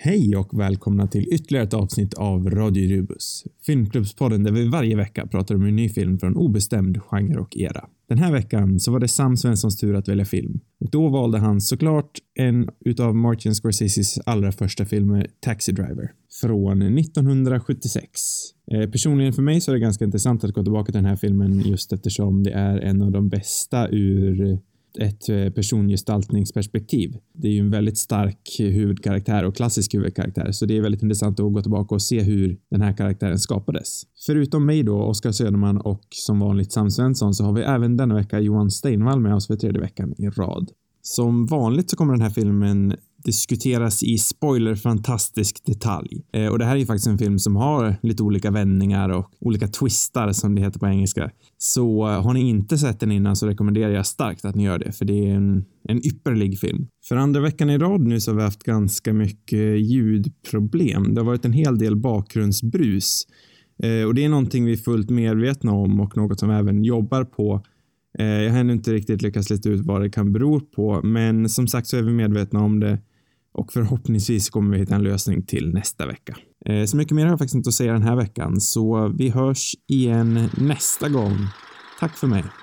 Hej och välkomna till ytterligare ett avsnitt av Radio Rubus, filmklubbspodden där vi varje vecka pratar om en ny film från obestämd genre och era. Den här veckan så var det Sam Svenssons tur att välja film. Och då valde han såklart en utav Martin Scorseses allra första filmer, Taxi Driver, från 1976. Personligen för mig så är det ganska intressant att gå tillbaka till den här filmen just eftersom det är en av de bästa ur ett persongestaltningsperspektiv. Det är ju en väldigt stark huvudkaraktär och klassisk huvudkaraktär, så det är väldigt intressant att gå tillbaka och se hur den här karaktären skapades. Förutom mig då, Oskar Söderman och som vanligt Sam Svensson, så har vi även denna vecka Johan Steinvall med oss för tredje veckan i rad. Som vanligt så kommer den här filmen diskuteras i spoiler-fantastisk detalj. Och det här är ju faktiskt en film som har lite olika vändningar och olika twistar som det heter på engelska. Så har ni inte sett den innan så rekommenderar jag starkt att ni gör det, för det är en ypperlig film. För andra veckan i rad nu så har vi haft ganska mycket ljudproblem. Det har varit en hel del bakgrundsbrus. Och det är någonting vi är fullt medvetna om och något som vi även jobbar på. Jag har ännu inte riktigt lyckats lista ut vad det kan bero på, men som sagt så är vi medvetna om det och förhoppningsvis kommer vi hitta en lösning till nästa vecka. Så mycket mer har jag faktiskt inte att säga den här veckan, så vi hörs igen nästa gång. Tack för mig.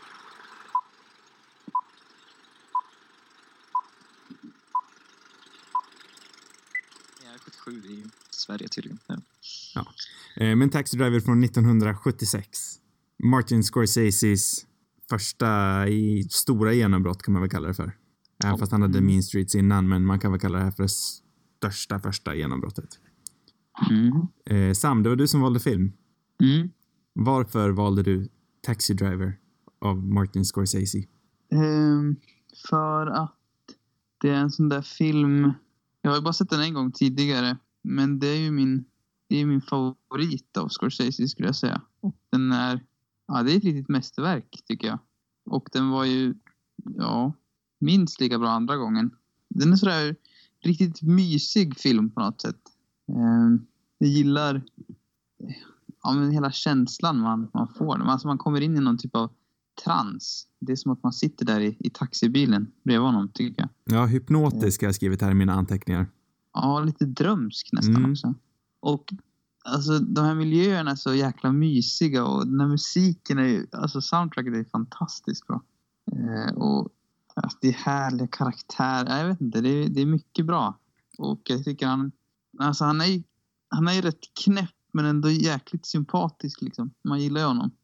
Jag är 77 i Sverige tydligen. Ja. Men Taxi Driver från 1976. Martin Scorseses första stora genombrott kan man väl kalla det för. Även fast han hade Mean Streets innan, men man kan väl kalla det här för det första genombrottet. Sam, det var du som valde film. Varför valde du Taxi Driver av Martin Scorsese? För att det är en sån där film. Jag har ju bara sett den en gång tidigare, men det är ju min favorit av Scorsese skulle jag säga. Och den är, ja, det är ett riktigt mästerverk tycker jag. Och den var ju, ja, minst lika bra andra gången. Den är sådär riktigt mysig film på något sätt. Jag gillar men hela känslan man får. Alltså man kommer in i någon typ av trans. Det är som att man sitter där i taxibilen bredvid honom tycker jag. Ja, hypnotisk har jag skrivit här i mina anteckningar. Ja, lite drömsk nästan också. Och alltså de här miljöerna är så jäkla mysiga och den här musiken är ju, alltså soundtracket är fantastiskt bra. Och det är härliga karaktärer. Jag vet inte, det är mycket bra. Och jag tycker han är ju rätt knäpp men ändå jäkligt sympatisk liksom. Man gillar ju honom.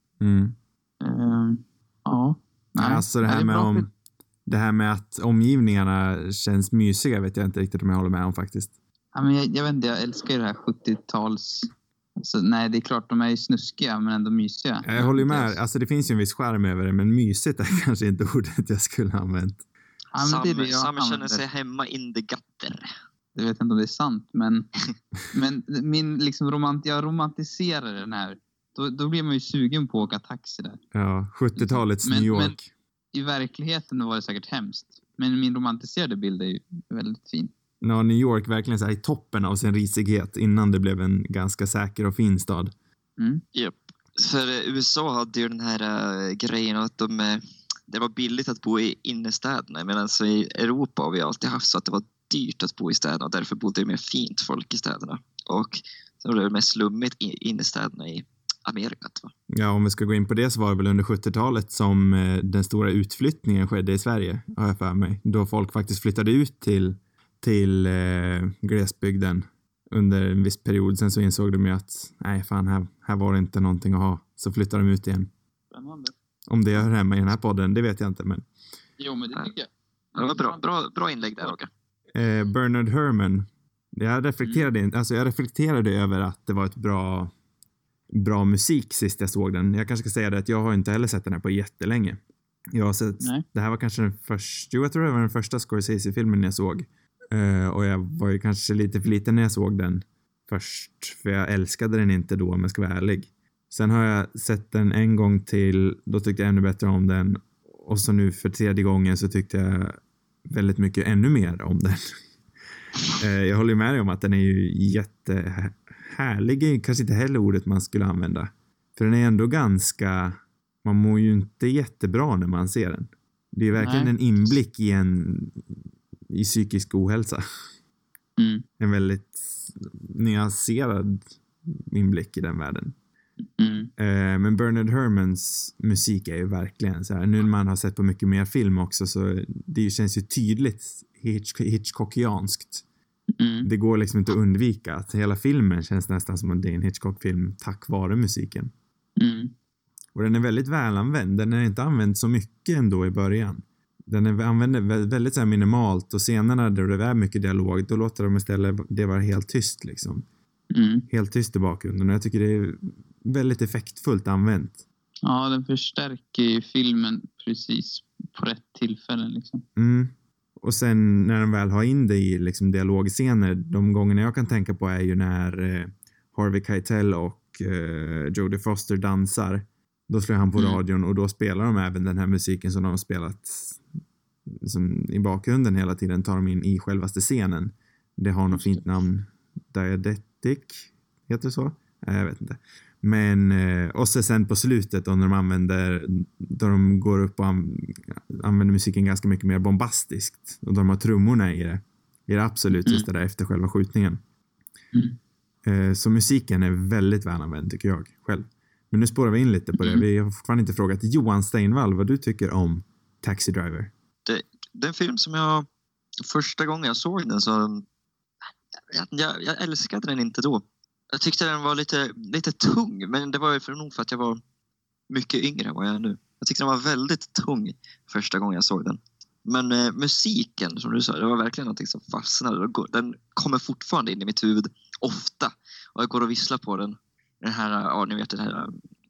Ja. Nej, alltså det här med att omgivningarna känns mysiga vet jag inte riktigt om jag håller med om faktiskt. Ja, men jag vet inte, jag älskar ju det här 70-tals. Alltså, nej, det är klart de är ju snuskiga men ändå mysiga. Jag håller med. Alltså det finns ju en viss charm över det, men mysigt är kanske inte ordet jag skulle ha använt. Ja, men Sam känner sig hemma in the gutter. Jag vet inte om det är sant, men min liksom jag romantiserar den här. Då blir man ju sugen på att åka taxi där. Ja, 70-talets New York. Men i verkligheten var det säkert hemskt. Men min romantiserade bild är ju väldigt fin. Ja, New York verkligen så här i toppen av sin risighet innan det blev en ganska säker och fin stad. Japp. För USA hade ju den här grejen att det var billigt att bo i innerstäderna. Men alltså i Europa har vi alltid haft så att det var dyrt att bo i städerna. Och därför bodde det mer fint folk i städerna. Och så blev det mer slummigt i innerstäderna i Amerika. Va? Ja, om vi ska gå in på det så var det väl under 70-talet som den stora utflyttningen skedde i Sverige, har jag för mig. Då folk faktiskt flyttade ut till glesbygden under en viss period. Sen så insåg de ju att nej fan, här var det inte någonting att ha. Så flyttade de ut igen. Spännande. Om det hör hemma i den här podden, det vet jag inte. Men... Jo, men det tycker jag. Det var bra inlägg där, Åke. Bernard Herrmann. Jag reflekterade över att det var ett bra musik sist jag såg den. Jag kanske ska säga det att jag har inte heller sett den här på jättelänge. Jag har sett, det här var kanske jag tror det var den första Scorsese-filmen jag såg. Och jag var ju kanske lite för liten när jag såg den först. För jag älskade den inte då om jag ska vara ärlig. Sen har jag sett den en gång till. Då tyckte jag ännu bättre om den. Och så nu för tredje gången så tyckte jag väldigt mycket ännu mer om den. Jag håller med dig om att den är ju jättehärlig. Kanske inte heller ordet man skulle använda. För den är ändå ganska... Man mår ju inte jättebra när man ser den. Det är verkligen en inblick i psykisk ohälsa. En väldigt nyanserad inblick i den världen. Men Bernard Herrmanns musik är ju verkligen så här. Nu när man har sett på mycket mer film också, så det känns ju tydligt Hitchcockianskt. Det går liksom inte att undvika att hela filmen känns nästan som att det är en Hitchcock-film tack vare musiken. Och den är väldigt välanvänd. Den är inte använd så mycket ändå i början. Den är använd väldigt så här minimalt, och scenerna där det är mycket dialog, då låter de istället det vara helt tyst liksom. Helt tyst i bakgrunden, och jag tycker det är väldigt effektfullt använt. Ja, den förstärker ju filmen precis på rätt tillfällen liksom. Och sen när de väl har in det i liksom dialogscener, de gångerna jag kan tänka på är ju när Harvey Keitel och Jodie Foster dansar. Då slår han på radion, och då spelar de även den här musiken som de har spelat som i bakgrunden hela tiden, tar de in i självaste scenen. Det har något fint namn. Diedetic, heter det så? Jag vet inte. Men och så sen på slutet då, när de går upp och använder musiken ganska mycket mer bombastiskt, och de har trummorna i det. Det är absolut just det där efter själva skjutningen. Så musiken är väldigt välanvänd tycker jag själv. Men nu spårar vi in lite på det. Vi har fortfarande inte frågat Johan Steinvall vad du tycker om Taxi Driver. Det är en film som jag första gången jag såg den så jag älskade den inte då. Jag tyckte den var lite tung, men det var ju nog för att jag var mycket yngre än vad jag är nu. Jag tyckte den var väldigt tung första gången jag såg den. Men musiken, som du sa, det var verkligen någonting som fastnade. Den kommer fortfarande in i mitt huvud ofta, och jag går och visslar på den. Den här, ni vet, den här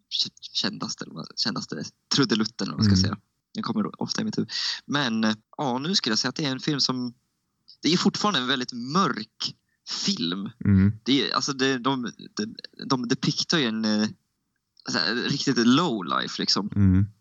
kändaste trudelutten, eller vad man ska säga. Den kommer ofta i mitt huvud. Men nu skulle jag säga att det är en film som... Det är fortfarande en väldigt mörk film. Det är, alltså de depiktar ju en riktigt low life liksom.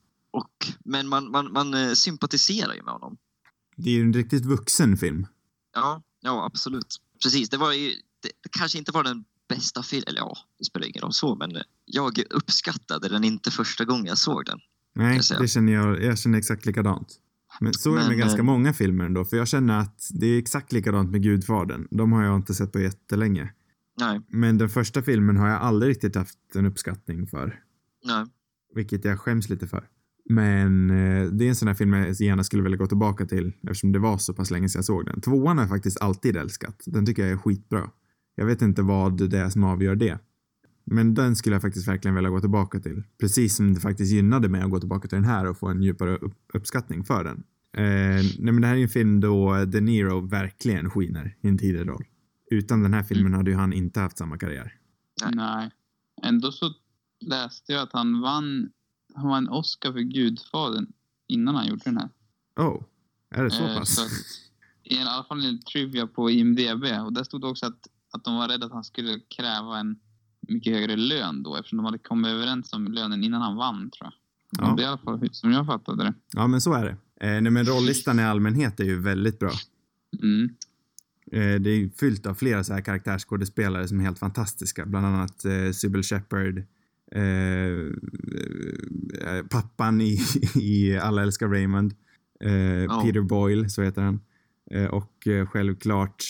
Men man sympatiserar ju med honom. Det är ju en riktigt vuxen film. Ja, absolut. Precis, det kanske inte var den bästa film, eller det spelar ingen roll så, men jag uppskattade den inte första gången jag såg den. Nej, det känner jag känner exakt likadant. Men så är det med ganska många filmer ändå, för jag känner att det är exakt likadant med Gudfadern. De har jag inte sett på jättelänge. Nej. Men den första filmen har jag aldrig riktigt haft en uppskattning för. Nej. Vilket jag skäms lite för. Men det är en sån här film jag gärna skulle vilja gå tillbaka till, eftersom det var så pass länge sedan jag såg den. 2:an har jag faktiskt alltid älskat. Den tycker jag är skitbra. Jag vet inte vad det är som avgör det. Men den skulle jag faktiskt verkligen vilja gå tillbaka till. Precis som det faktiskt gynnade mig att gå tillbaka till den här och få en djupare uppskattning för den. Nej, men det här är en film då De Niro verkligen skiner i en tidig roll. Utan den här filmen hade ju han inte haft samma karriär. Nej. Ändå så läste jag att han vann en Oscar för Gudfadern innan han gjorde den här. Är det så pass? Så i alla fall en trivia på IMDb. Och där stod det också att de var rädda att han skulle kräva en mycket högre lön då, eftersom de hade kommit överens om lönen innan han vann, tror jag. Ja. Det är i alla fall som jag fattade det. Ja, men så är det. Nej, men rolllistan i allmänhet är ju väldigt bra. Det är fyllt av flera så här karaktärsskådespelare som är helt fantastiska. Bland annat Sybil Shepherd, pappan i Alla älskar Raymond, Peter Boyle, så heter han. Och självklart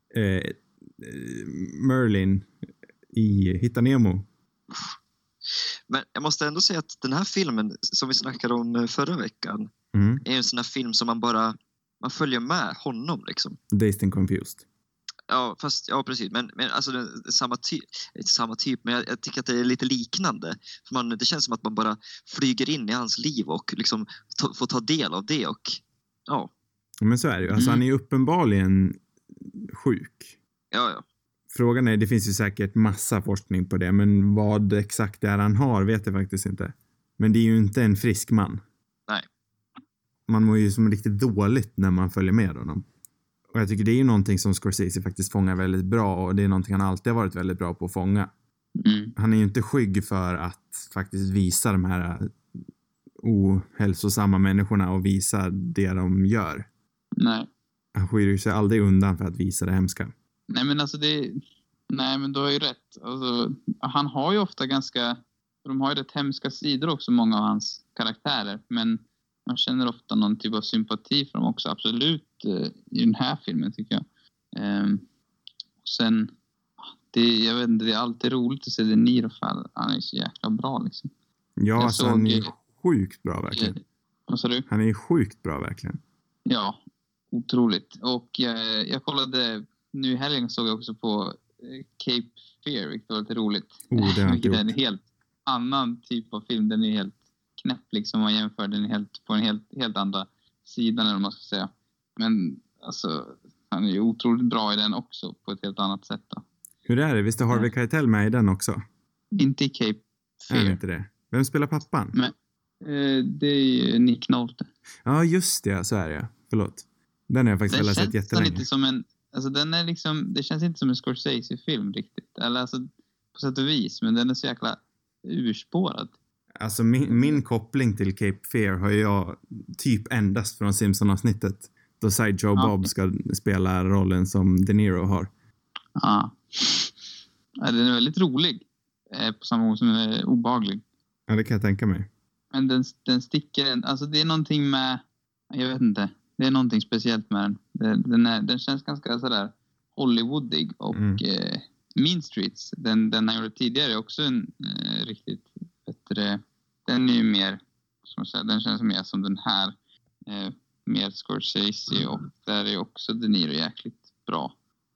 Merlin i Hitta Nemo. Men jag måste ändå säga att den här filmen som vi snackade om förra veckan är en sån här film som man följer med honom liksom. Dazed and Confused. Ja, precis. Men alltså samma typ, men jag tycker att det är lite liknande. För det känns som att man bara flyger in i hans liv och liksom får ta del av det och ja. Men så är det ju. Alltså han är ju uppenbarligen sjuk. Ja. Frågan är, det finns ju säkert massa forskning på det, men vad exakt det är han har vet jag faktiskt inte. Men det är ju inte en frisk man. Nej. Man mår ju som riktigt dåligt när man följer med honom. Och jag tycker det är ju någonting som Scorsese faktiskt fångar väldigt bra, och det är någonting han alltid har varit väldigt bra på att fånga. Han är ju inte skygg för att faktiskt visa de här ohälsosamma människorna och visa det de gör. Nej. Han skyr sig aldrig undan för att visa det hemska. Nej, men alltså Nej, men du har ju rätt. Alltså, han har ju ofta de har ju rätt hemska sidor också, många av hans karaktärer. Men man känner ofta någon typ av sympati för dem också, absolut, i den här filmen tycker jag. Sen, jag vet inte, det är alltid roligt att se De Niro för han är så jäkla bra liksom. Ja, alltså han är sjukt bra verkligen. Vad sa du? Han är sjukt bra verkligen. Ja, otroligt. Och jag kollade, nu i helgen såg jag också på Cape Fear, vilket var lite roligt. Det har vilket är en helt annan typ av film. Den är helt knäpp liksom, om man jämför. Den är helt, på en helt andra sidan, eller vad man ska säga. Men alltså, han är ju otroligt bra i den också, på ett helt annat sätt då. Hur är det? Visst är Harvey Keitel med i den också? Inte i Cape Fear. Är inte det? Vem spelar pappan? Men, det är ju Nick Nolte. Ja, just det. Så är det. Förlåt. Den har jag faktiskt väl sett jättelänge. Lite som en, alltså den är liksom, det känns inte som en Scorsese-film riktigt. Eller alltså, på sätt och vis. Men den är så jäkla urspårad. Alltså min koppling till Cape Fear har jag typ endast från Simpson-avsnittet. Då Sideshow Bob ska spela rollen som De Niro har. Ja. Den är väldigt rolig. På samma gång som den är obehaglig. Ja, det kan jag tänka mig. Men den sticker, alltså det är någonting med, jag vet inte. Det är någonting speciellt med den. Den känns ganska sådär Hollywoodig. Och Mean Streets, den jag gjorde tidigare, är också en riktigt bättre. Den är ju mer, som jag säger, den känns mer som den här. Mer Scorsese, och där är också De Niro jäkligt bra.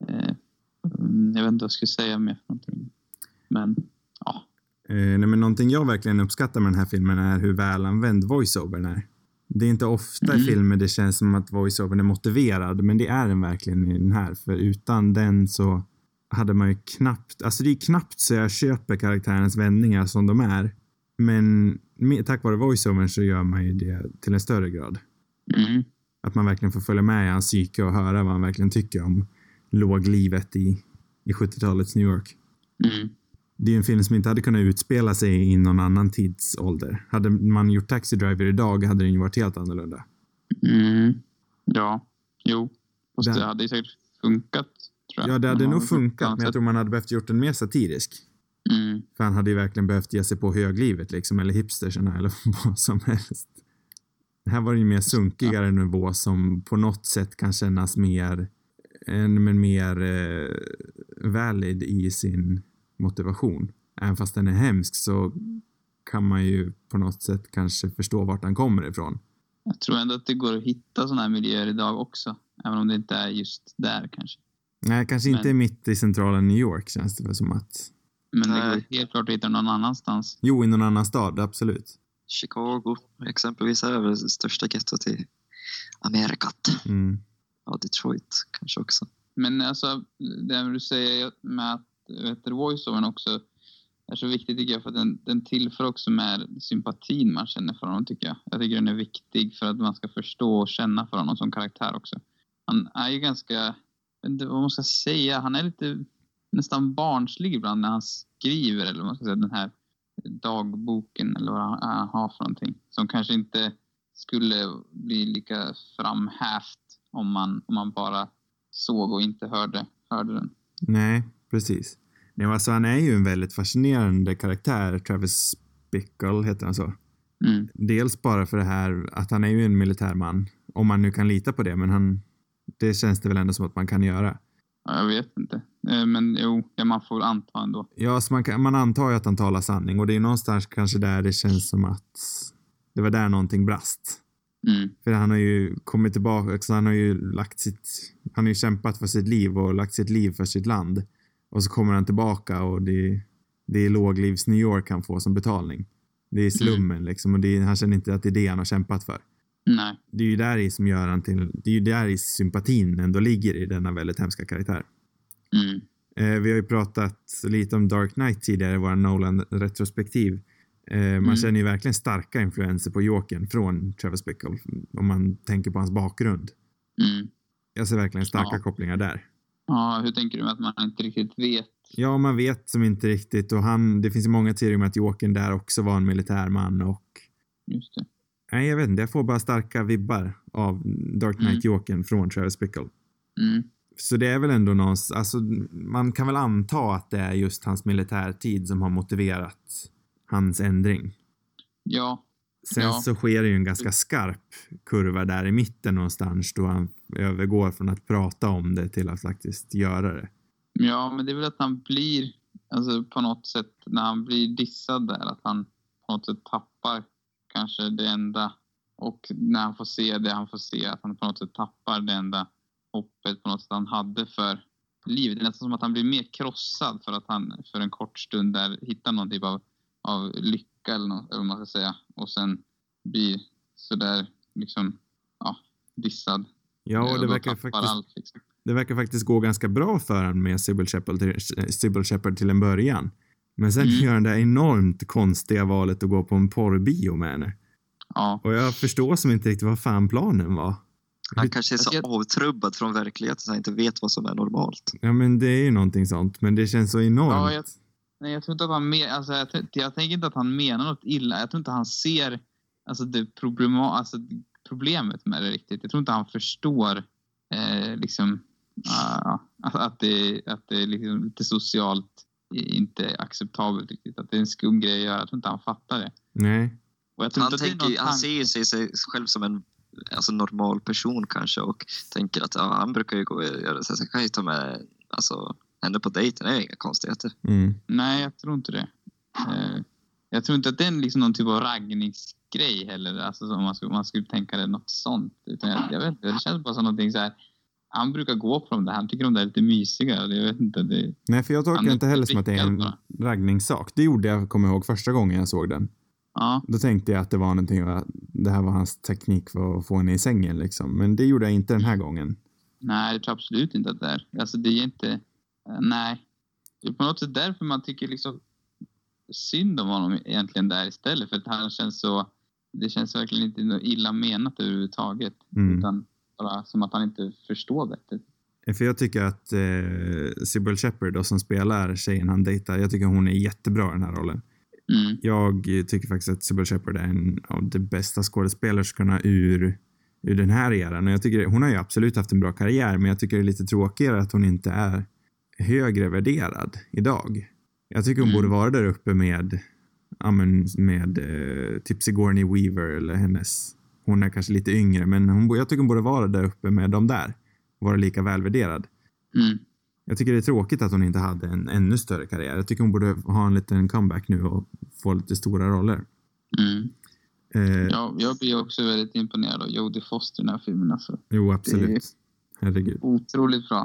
Jag vet inte vad jag ska säga mer för någonting. Men, ja. Nej, men någonting jag verkligen uppskattar med den här filmen är hur väl använd voiceovern är. Det är inte ofta i filmer det känns som att voiceovern är motiverad, men det är den verkligen i den här. För utan den så hade man ju knappt, alltså det är knappt så jag köper karaktärens vändningar som de är. Men tack vare voiceovern så gör man ju det till en större grad. Att man verkligen får följa med i hans psyke och höra vad han verkligen tycker om låglivet i 70-talets New York. Det är ju en film som inte hade kunnat utspela sig i någon annan tidsålder. Hade man gjort Taxi Driver idag hade den ju varit helt annorlunda. Ja, jo. Fast det hade ju säkert funkat, tror jag. Ja, det hade nog funkat, men jag tror man hade behövt gjort den mer satirisk. För han hade ju verkligen behövt ge sig på höglivet liksom, eller hipsterserna eller vad som helst. Här var det ju mer sunkigare nivå som på något sätt kan kännas mer valid i sin motivation. Även fast den är hemsk så kan man ju på något sätt kanske förstå vart han kommer ifrån. Jag tror ändå att det går att hitta sådana här miljöer idag också. Även om det inte är just där kanske. Nej, kanske inte mitt i centrala New York känns det väl som att. Men det går helt klart att hitta någon annanstans. Jo, i någon annan stad, absolut. Chicago exempelvis är väl det största gettot i Amerikat. Ja, Detroit kanske också. Men alltså, det du säger med att voiceovern också är så viktigt tycker jag, för att den tillför också med sympatin man känner för honom, tycker jag. Jag tycker den är viktig för att man ska förstå och känna för honom som karaktär också. Han är ju ganska, vad man ska säga, han är lite nästan barnslig ibland när han skriver, eller vad man ska säga, den här dagboken eller vad han har för någonting. Som kanske inte skulle bli lika framhävt om man bara såg och inte hörde den. Nej, precis. Nej, alltså han är ju en väldigt fascinerande karaktär, Travis Bickle heter han så. Dels bara för det här att han är ju en militärman, om man nu kan lita på det, men det känns det väl ändå som att man kan göra. Ja, jag vet inte. Men jo, man får väl anta ändå. Ja, så man antar ju att han talar sanning, och det är någonstans kanske där det känns som att det var där någonting brast. För han har ju kommit tillbaka, så han har ju kämpat för sitt liv och lagt sitt liv för sitt land. Och så kommer han tillbaka och det är låglivs New York han får som betalning. Det är slummen liksom, och han känner inte att det är det han har kämpat för. Nej. Det är ju där i som gör han till, det är ju där i sympatin ändå ligger i denna väldigt hemska karaktär. Vi har ju pratat lite om Dark Knight tidigare, vår Nolan-retrospektiv. Man känner ju verkligen starka influenser på Jokern från Travis Bickle, om man tänker på hans bakgrund. Jag ser verkligen starka kopplingar där. Ja, hur tänker du med att man inte riktigt vet? Ja, man vet som inte riktigt, och det finns ju många teorier om att Jokern där också var en militärman och. Just det. Nej, jag vet inte, jag får bara starka vibbar av Dark Knight Jokern från Travis Bickle. Så det är väl ändå någonstans, alltså man kan väl anta att det är just hans militärtid som har motiverat hans ändring. Ja. Sen så sker det ju en ganska skarp kurva där i mitten någonstans, då han övergår från att prata om det till att faktiskt göra det. Ja, men det är väl att han blir, alltså på något sätt, när han blir dissad där, att han på något sätt tappar kanske det enda, och när han får se det han får se, att han på något sätt tappar det enda hoppet på något sätt han hade för livet. Det är nästan som att han blir mer krossad för att han för en kort stund där hittar någon typ av lycka eller vad man ska säga, och sen blir sådär liksom, ja, dissad. Ja, och det verkar faktiskt gå ganska bra för han med Sybil Shepherd till en början. Men sen gör han det enormt konstiga valet att gå på en porrbio med henne. Ja. Och jag förstår som inte riktigt vad fan planen var. Han kanske är så avtrubbad från verkligheten så han inte vet vad som är normalt. Ja, men det är ju någonting sånt. Men det känns så enormt. Ja, jag tror inte att han jag tänker inte att han menar något illa. Jag tror inte han ser alltså problemet med det riktigt. Jag tror inte han förstår liksom att det är liksom lite socialt inte acceptabelt riktigt. Att det är en skum grej att göra. Jag tror inte han fattar det. Nej. Och jag tror han ser ju sig själv som en normal person kanske och tänker att han brukar ju gå och göra så kan ju ta med henne på dejten, det är inga konstigheter. Nej, jag tror inte det. Jag tror inte att det är liksom någon typ av raggningsgrej heller, alltså om man skulle tänka det något sånt, utan jag vet inte, det känns bara som någonting så här. Han brukar gå på dem där, han tycker de där är lite mysiga, jag vet inte det. Nej, för jag tolkar inte heller som att det är en raggningssak. Det gjorde jag, kommer ihåg första gången jag såg den. Ja. Då tänkte jag att det var någonting, det här var hans teknik för att få henne i sängen liksom. Men det gjorde jag inte den här gången. Nej, det tror absolut inte att det är. Alltså det är inte, nej. Det är på något sätt därför man tycker liksom synd om honom egentligen där istället. För att han känns så, det känns verkligen inte illa menat överhuvudtaget. Utan bara som att han inte förstår bättre. För jag tycker att Sybil Shepherd då, som spelar tjejen han dejtar, jag tycker hon är jättebra i den här rollen. Jag tycker faktiskt att Sybil Shepherd är en av de bästa skådespelerskorna ur den här eran. Och jag tycker hon har ju absolut haft en bra karriär, men jag tycker det är lite tråkigare att hon inte är högre värderad idag. Jag tycker hon borde vara där uppe med typ Sigourney Weaver eller hennes. Hon är kanske lite yngre, men jag tycker hon borde vara där uppe med dem där. Vara lika välvärderad. Jag tycker det är tråkigt att hon inte hade en ännu större karriär. Jag tycker hon borde ha en liten comeback nu och få lite stora roller. Ja, jag blir också väldigt imponerad av Jodie Foster i den här filmen. Alltså. Jo, absolut. Herregud. Otroligt bra.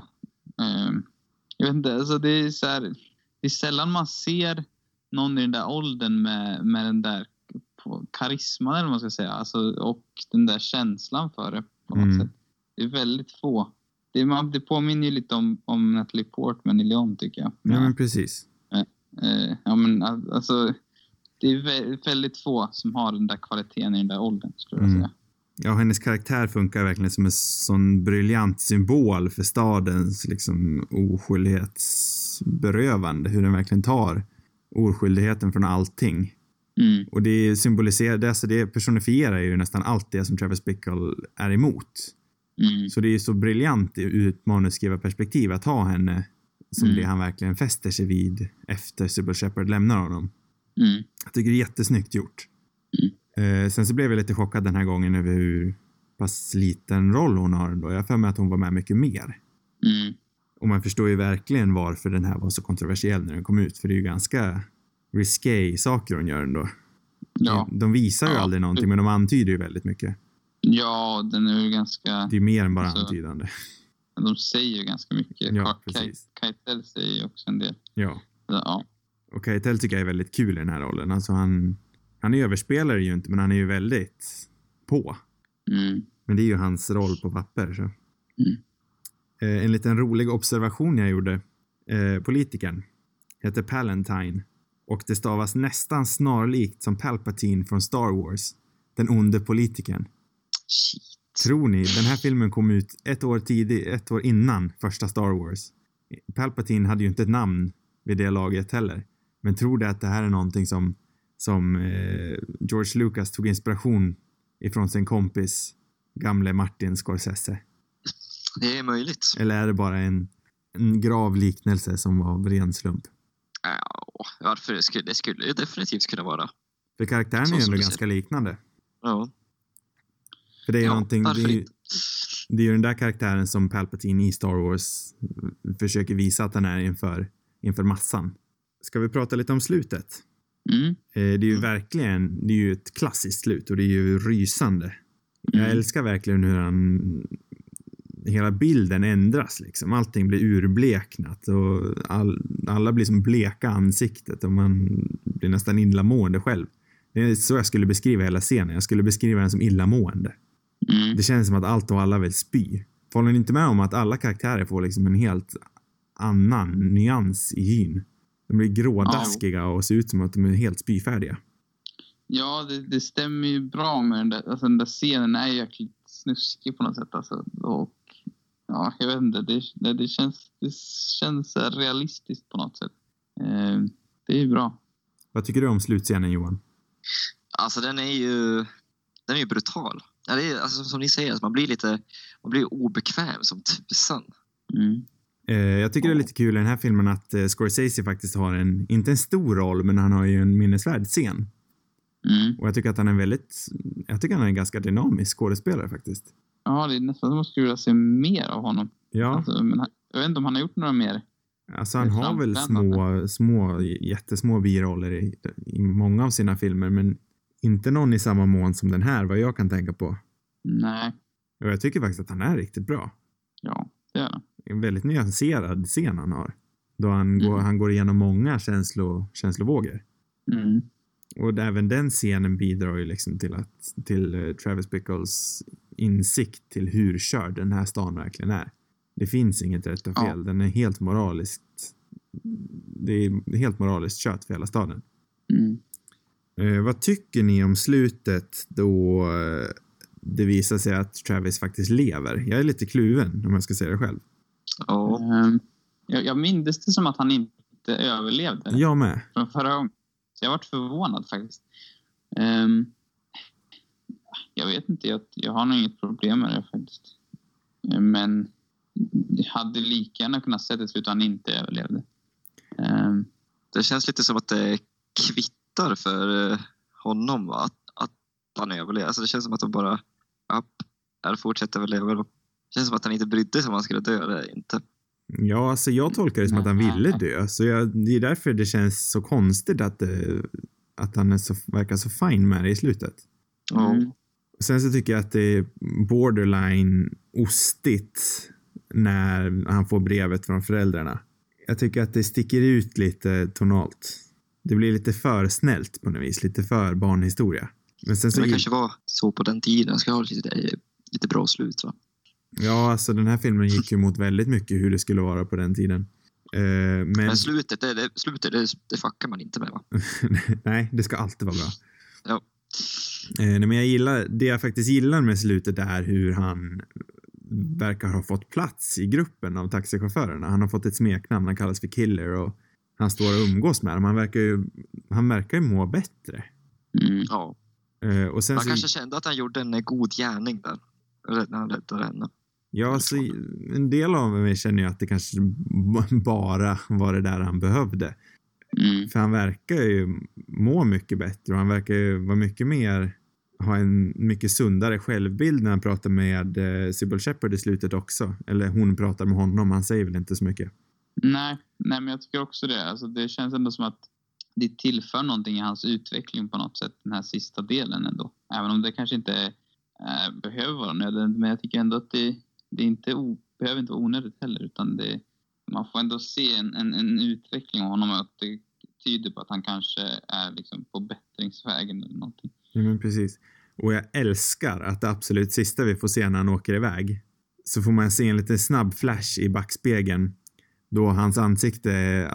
Jag vet inte, alltså det är så här, det är sällan man ser någon i den där åldern med den där karisman eller vad man ska säga. Alltså, och den där känslan för det på något sätt. Det är väldigt få. Det påminner ju lite om Natalie Portman i Leon, tycker jag. Ja, men precis. Ja, men alltså det är väldigt få som har den där kvaliteten i den där åldern, skulle jag säga. Ja, hennes karaktär funkar verkligen som en sån briljant symbol för stadens liksom oskyldighetsberövande. Hur den verkligen tar oskyldigheten från allting. Och det symboliserar det, alltså det personifierar ju nästan allt det som Travis Bickle är emot. Så det är så briljant ur ett manusskrivarperspektiv att ha henne som det han verkligen fäster sig vid efter Sybil Shepherd lämnar honom. Jag tycker det är jättesnyggt gjort. Sen så blev jag lite chockad den här gången över hur pass liten roll hon har ändå. Jag för mig att hon var med mycket mer. Och man förstår ju verkligen varför den här var så kontroversiell när den kom ut. För det är ju ganska risky saker hon gör ändå. Ja. De visar ju aldrig någonting, men de antyder ju väldigt mycket. Ja, den är ju ganska... Det är mer än bara antydande. De säger ju ganska mycket. Ja, precis. Keitel säger ju också en del. Ja. Ja. Och Keitel tycker jag är väldigt kul i den här rollen. Alltså han är överspelare ju inte, men han är ju väldigt på. Men det är ju hans roll på papper. Så. En liten rolig observation jag gjorde. Politikern heter Palantine. Och det stavas nästan snarlikt som Palpatine från Star Wars. Den onde politikern. Shit. Tror ni, den här filmen kom ut ett år innan första Star Wars. Palpatine hade ju inte ett namn vid det laget heller. Men tror det att det här är någonting som George Lucas tog inspiration ifrån sin kompis gamle Martin Scorsese? Det är möjligt. Eller är det bara en grav liknelse som var av ren slump? Ja, varför det skulle definitivt kunna vara. För karaktären är ju ändå ganska liknande. Ja. För det är någonting, Det är ju den där karaktären som Palpatine i Star Wars försöker visa att han är inför massan. Ska vi prata lite om slutet? Det är ju verkligen, det är ju ett klassiskt slut och det är ju rysande. Jag älskar verkligen hur hela bilden ändras liksom. Allting blir urbleknat och alla blir som bleka ansiktet och man blir nästan illamående själv. Det är så jag skulle beskriva hela scenen. Jag skulle beskriva den som illamående. Det känns som att allt och alla vill spy. Håller ni inte med om att alla karaktärer får liksom en helt annan nyans i hyn? De blir grådaskiga och ser ut som att de är helt spyfärdiga. Ja, det stämmer ju bra med den där. Alltså den där scenen är jäkligt snuskig på något sätt. Alltså. Och ja, jag vet inte. Det känns realistiskt på något sätt. Det är ju bra. Vad tycker du om slutscenen, Johan? Alltså den är ju brutal. Ja, det är, alltså, som ni säger, alltså, man blir obekväm som tusan. Jag tycker det är lite kul i den här filmen att Scorsese faktiskt har inte en stor roll, men han har ju en minnesvärd scen. Och jag tycker att han är en ganska dynamisk skådespelare faktiskt. Ja, det är nästan som man skulle vilja se mer av honom. Ja. Alltså, men jag vet inte om han har gjort några mer. Alltså han har väl jättesmå biroller i många av sina filmer, men inte någon i samma mån som den här, vad jag kan tänka på. Nej. Och jag tycker faktiskt att han är riktigt bra. Ja, det är det. En väldigt nyanserad scen han har. Då han går igenom många känslovågor. Och även den scenen bidrar ju liksom till Travis Bickles insikt till hur körd den här stan verkligen är. Det finns inget rätt och fel. Ja. Den är helt moraliskt. Det är helt moraliskt kört för hela staden. Vad tycker ni om slutet då det visar sig att Travis faktiskt lever? Jag är lite kluven om jag ska säga det själv. Jag minns det som att han inte överlevde. Jag med. Från förra gången. Så jag har varit förvånad faktiskt. Jag vet inte, jag har nog inget problem med det faktiskt. Men det hade lika gärna kunnat se det slut att han inte överlevde. Det känns lite som att det kvittar för honom att han överlever. Alltså det känns som att de bara fortsätter överleva. Det känns som att han inte brydde sig om han skulle dö eller inte. Ja, alltså jag tolkar det som att han ville dö. Så det är därför det känns så konstigt att han verkar så fin med det i slutet. Sen så tycker jag att det är borderline ostigt när han får brevet från föräldrarna. Jag tycker att det sticker ut lite tonalt. Det blir lite för snällt på något vis. Lite för barnhistoria. Men sen så det kanske var så på den tiden. Jag ska ha lite bra slut, va? Ja, alltså den här filmen gick ju mot väldigt mycket hur det skulle vara på den tiden. Men slutet, det fuckar man inte med, va? Nej, det ska alltid vara bra. Ja. Men det jag faktiskt gillar med slutet är hur han verkar ha fått plats i gruppen av taxichaufförerna. Han har fått ett smeknamn, han kallas för Killer och han står och umgås med dem. Han verkar ju må bättre. Ja. Och sen kanske kände att han gjorde en god gärning där. När han räddade henne. Ja, så en del av mig känner ju att det kanske bara var det där han behövde. För han verkar ju må mycket bättre och han verkar ju vara mycket mer, ha en mycket sundare självbild när han pratar med Sybil Shepherd i slutet också. Eller hon pratar med honom, han säger väl inte så mycket. Nej, men jag tycker också det. Alltså, det känns ändå som att det tillför någonting i hans utveckling på något sätt, den här sista delen ändå. Även om det kanske inte behöver vara nödvändigt, men jag tycker ändå att det inte behöver inte vara onödigt heller, utan man får ändå se en utveckling av honom, att det tyder på att han kanske är liksom på bättringsvägen eller någonting. Ja, men precis. Och jag älskar att det absolut sista vi får se när han åker iväg, så får man se en liten snabb flash i backspegeln då hans ansikte är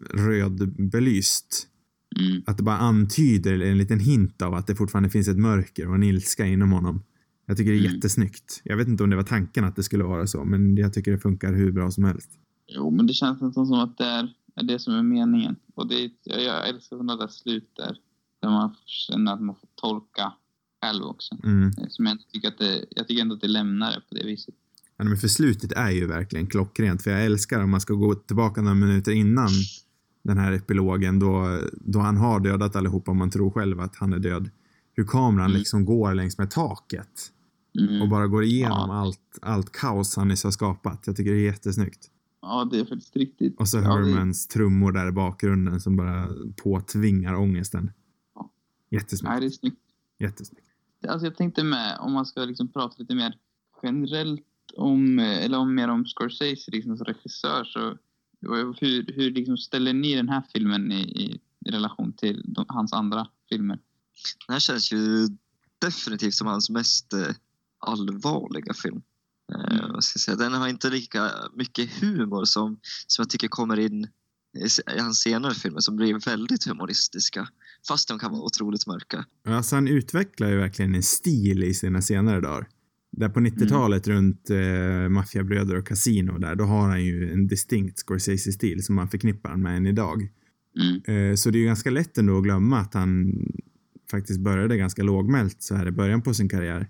rödbelyst. Att det bara antyder en liten hint av att det fortfarande finns ett mörker och en ilska inom honom. Jag tycker det är jättesnyggt. Jag vet inte om det var tanken att det skulle vara så, men jag tycker det funkar hur bra som helst. Jo, men det känns som att det är det som är meningen. Och jag älskar sådana där slut där man känner att man får tolka själv också. Som jag tycker ändå att det lämnar det på det viset. Ja, men för slutet är ju verkligen klockrent. För jag älskar om man ska gå tillbaka några minuter innan den här epilogen då han har dödat allihopa, om man tror själv att han är död. Hur kameran liksom går längs med taket. Och bara går igenom allt kaos han nyss har skapat. Jag tycker det är jättesnyggt. Ja, det är faktiskt riktigt. Och så Hermans trummor där i bakgrunden som bara påtvingar ångesten. Ja. Jättesnyggt. Nej, det är snyggt. Jättesnyggt. Alltså jag tänkte med, om man ska liksom prata lite mer generellt mer om Scorsese liksom som regissör, så hur liksom ställer ni den här filmen i relation till hans andra filmer? Den här känns ju definitivt som hans mest allvarliga film. Vad ska jag säga? Den har inte lika mycket humor som jag tycker kommer in i hans senare filmer, som blir väldigt humoristiska, fast de kan vara otroligt mörka. Alltså han utvecklar ju verkligen en stil i sina senare dagar. Där på 90-talet runt Maffiabröder och Casino där, då har han ju en distinkt Scorsese-stil som man förknippar med än idag. Så det är ju ganska lätt ändå att glömma att han faktiskt började ganska lågmält så här i början på sin karriär.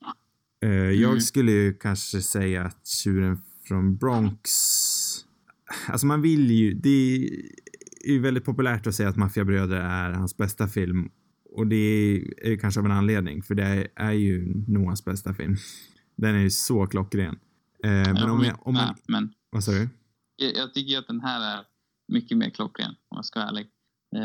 Jag skulle ju kanske säga att Tjuren från Bronx, alltså man vill ju, det är ju väldigt populärt att säga att Maffiabröder är hans bästa film, och det är ju kanske av en anledning, för det är ju nog hans bästa film. Den är ju så klockren. Men vad sa du? Jag tycker att den här är mycket mer klockren, om jag ska vara ärlig.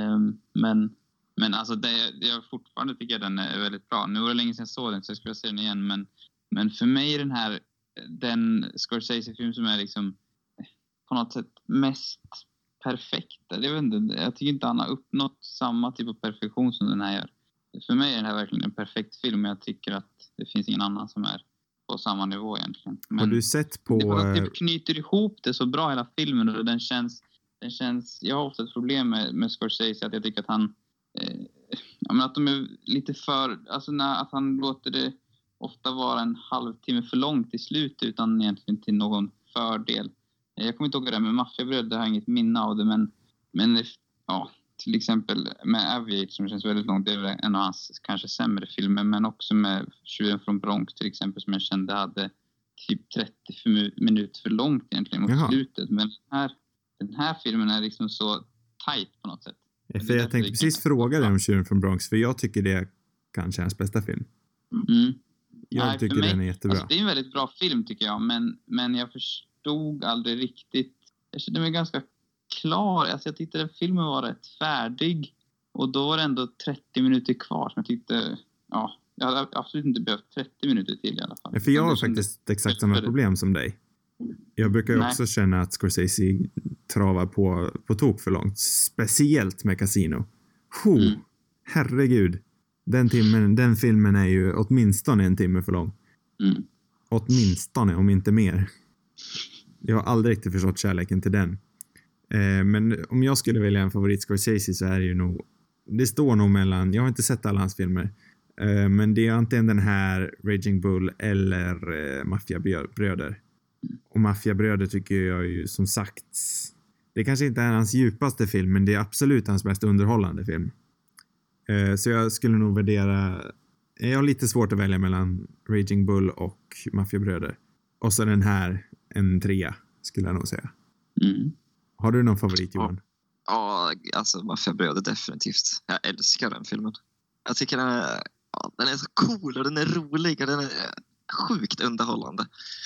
Men alltså jag fortfarande tycker att den är väldigt bra. Nu var det länge sedan jag såg den, så jag skulle se den igen. Men för mig är den Scorsese-film som är liksom på något sätt mest perfekta. Jag tycker inte han har uppnått samma typ av perfektion som den här gör. För mig är den här verkligen en perfekt film, men jag tycker att det finns ingen annan som är på samma nivå egentligen. Men har du sett på... Det knyter ihop det så bra hela filmen, och den känns... Jag har ofta ett problem med Scorsese, att jag tycker att han... att de är lite för... Alltså att han låter det ofta vara en halvtimme för långt i slut utan egentligen till någon fördel. Jag kommer inte ihåg det med Maffiabröd, det har jag inget minne av det, men ja, till exempel med Aviator som känns väldigt långt, det är en av hans kanske sämre filmer, men också med Tjuren från Bronx till exempel, som jag kände hade typ 30 minuter för långt egentligen mot slutet. Men den här filmen är liksom så tight på något sätt. För jag tänkte precis fråga dig om Tjuren från Bronx, för jag tycker det kanske är hans bästa film. Jag tycker den är jättebra. Alltså, det är en väldigt bra film tycker jag, men jag förstod aldrig riktigt. Jag kände mig ganska klar. Alltså jag tyckte att filmen var rätt färdig, och då var det ändå 30 minuter kvar som jag tyckte, jag hade absolut inte behövt 30 minuter till i alla fall. För jag har faktiskt exakt samma problem som dig. Jag brukar ju också känna att Scorsese travar på tok för långt. Speciellt med Casino. Herregud. Den filmen är ju åtminstone en timme för lång. Åtminstone, om inte mer. Jag har aldrig riktigt förstått kärleken till den. Men om jag skulle välja en favorit Scorsese, så är det ju nog... Det står nog mellan... Jag har inte sett alla hans filmer. Men det är antingen den här Raging Bull eller Maffiabröder. Och Maffiabröder tycker jag ju som sagt... Det kanske inte är hans djupaste film, men det är absolut hans mest underhållande film. Så jag skulle nog värdera... Jag har lite svårt att välja mellan Raging Bull och Maffiabröder. Och så den här, en 3 skulle jag nog säga. Har du någon favorit, Johan? Ja, alltså Maffiabröder definitivt. Jag älskar den filmen. Jag tycker den är så cool och den är rolig och den är sjukt underhållande.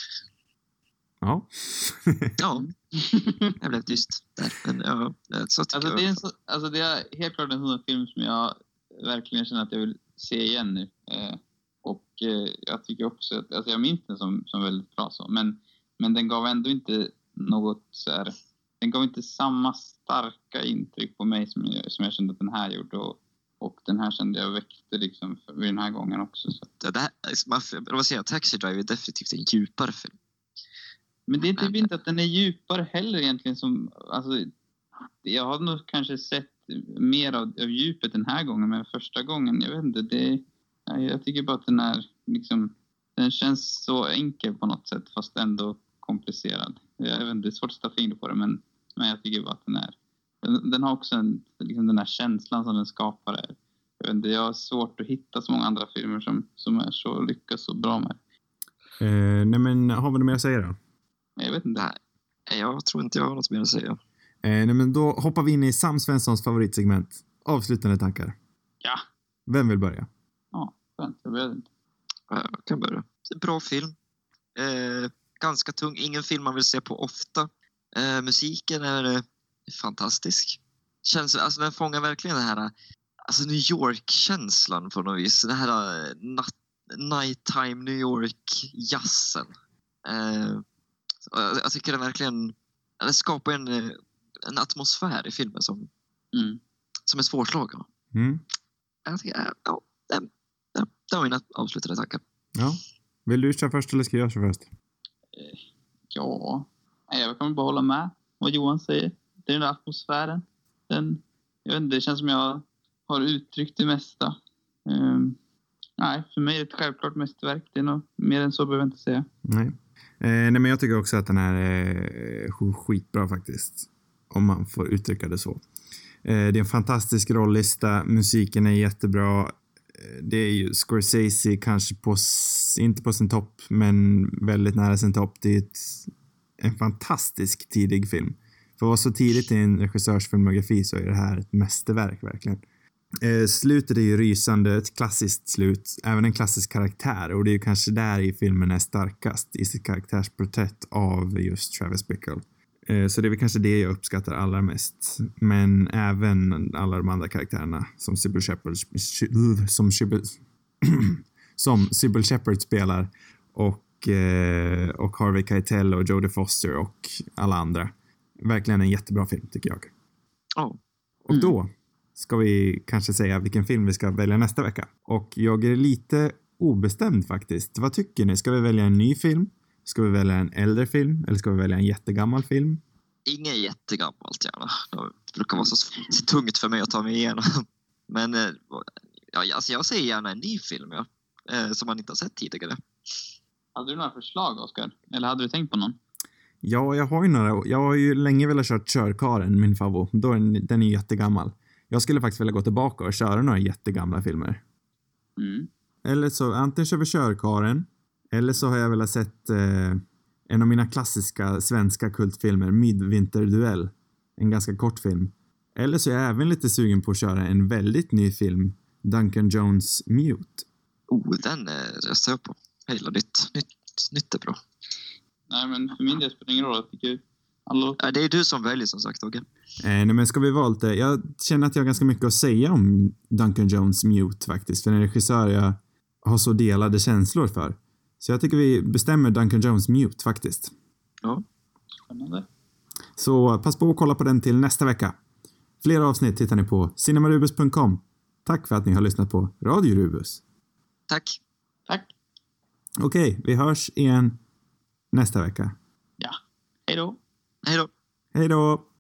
Ja. Ja, jag blev tyst där. Men så tycker det är helt klart en sån film som jag verkligen känner att jag vill se igen nu. Och jag tycker också att, alltså jag minns den som väldigt bra så. Men den gav ändå inte något så här, den gav inte samma starka intryck på mig som jag kände att den här gjorde. Och den här kände jag väckte liksom vid den här gången också. Så. Taxi Driver är definitivt en djupare film. Men det är typ inte att den är djupare heller egentligen. Alltså, jag har nog kanske sett mer av djupet den här gången. Men första gången, jag vet inte. Jag tycker bara att den är liksom, den känns så enkel på något sätt, fast ändå komplicerad. Jag vet inte, det är svårt att sätta fingret på det, men jag tycker bara att den har också liksom den här känslan som den skapar. Jag har svårt att hitta så många andra filmer som är så lyckas så bra med. Nej, men har vi något mer att säga då? Jag vet inte. Nej, jag tror inte jag har något mer att säga. Nej, men då hoppar vi in i Sam Svenssons favoritsegment. Avslutande tankar. Ja. Vem vill börja? Ja, jag vet inte. Jag kan börja. en bra film. Ganska tung. Ingen film man vill se på ofta. Musiken är fantastisk. Känns, alltså den fångar verkligen det här alltså New York-känslan på något vis. Det här nighttime New York-jazzen. Jag tycker det verkligen det skapar en atmosfär i filmen som är svårslagen. Jag tycker, det var mina avslutade tankar. Ja. Vill du köra först eller ska jag köra först? Ja, jag kan bara hålla med vad Johan säger. Det är den där atmosfären. Jag vet inte, det känns som jag har uttryckt det mesta. Nej, för mig är det ett självklart mästerverk. Det är nog mer än så behöver jag inte säga. Nej. Nej, men jag tycker också att den här är skitbra faktiskt. Om man får uttrycka det så. Det är en fantastisk rolllista. Musiken är jättebra. Det är ju Scorsese kanske inte på sin topp, men väldigt nära sin topp. Det är en fantastisk tidig film. För att vara så tidigt i en regissörs filmografi så är det här ett mästerverk verkligen. Slutet är ju rysande, ett klassiskt slut. Även en klassisk karaktär. Och det är ju kanske där i filmen är starkast i sitt karaktärsporträtt av just Travis Bickle. Så det är väl kanske det jag uppskattar allra mest. Men även alla de andra karaktärerna som Sybil Shepherd som Sybil Shepherd spelar och Harvey Keitel och Jodie Foster och alla andra. Verkligen en jättebra film tycker jag. Och då ska vi kanske säga vilken film vi ska välja nästa vecka. Och jag är lite obestämd faktiskt. Vad tycker ni? Ska vi välja en ny film? Ska vi välja en äldre film? Eller ska vi välja en jättegammal film? Inget jättegammalt gärna. Det brukar vara så tungt för mig att ta mig igenom. Men alltså jag säger gärna en ny film som man inte har sett tidigare. Hade du några förslag, Oskar? Eller hade du tänkt på någon? Ja, jag har ju några. Jag har ju länge velat köra Körkaren, min favorit. Den är ju jättegammal. Jag skulle faktiskt vilja gå tillbaka och köra några jättegamla filmer. Eller så, antingen kör vi Körkaren. Eller så har jag velat sett en av mina klassiska svenska kultfilmer, Midvinterduell. En ganska kort film. Eller så är jag även lite sugen på att köra en väldigt ny film, Duncan Jones Mute. Den röstar jag på. Hela nytt är bra. Nej, men för min del spelar det ingen roll. Jag tycker det är du som väljer som sagt, Åge. Nej, men ska vi vara lite... Jag känner att jag har ganska mycket att säga om Duncan Jones Mute faktiskt. För en regissör jag har så delade känslor för. Så jag tycker vi bestämmer Duncan Jones Mute faktiskt. Ja. Spännande. Så pass på att kolla på den till nästa vecka. Fler avsnitt hittar ni på cinemarubus.com. Tack för att ni har lyssnat på Radio Rubus. Tack. Okej, vi hörs igen nästa vecka. Ja. Hej då. Hej då. Hej då.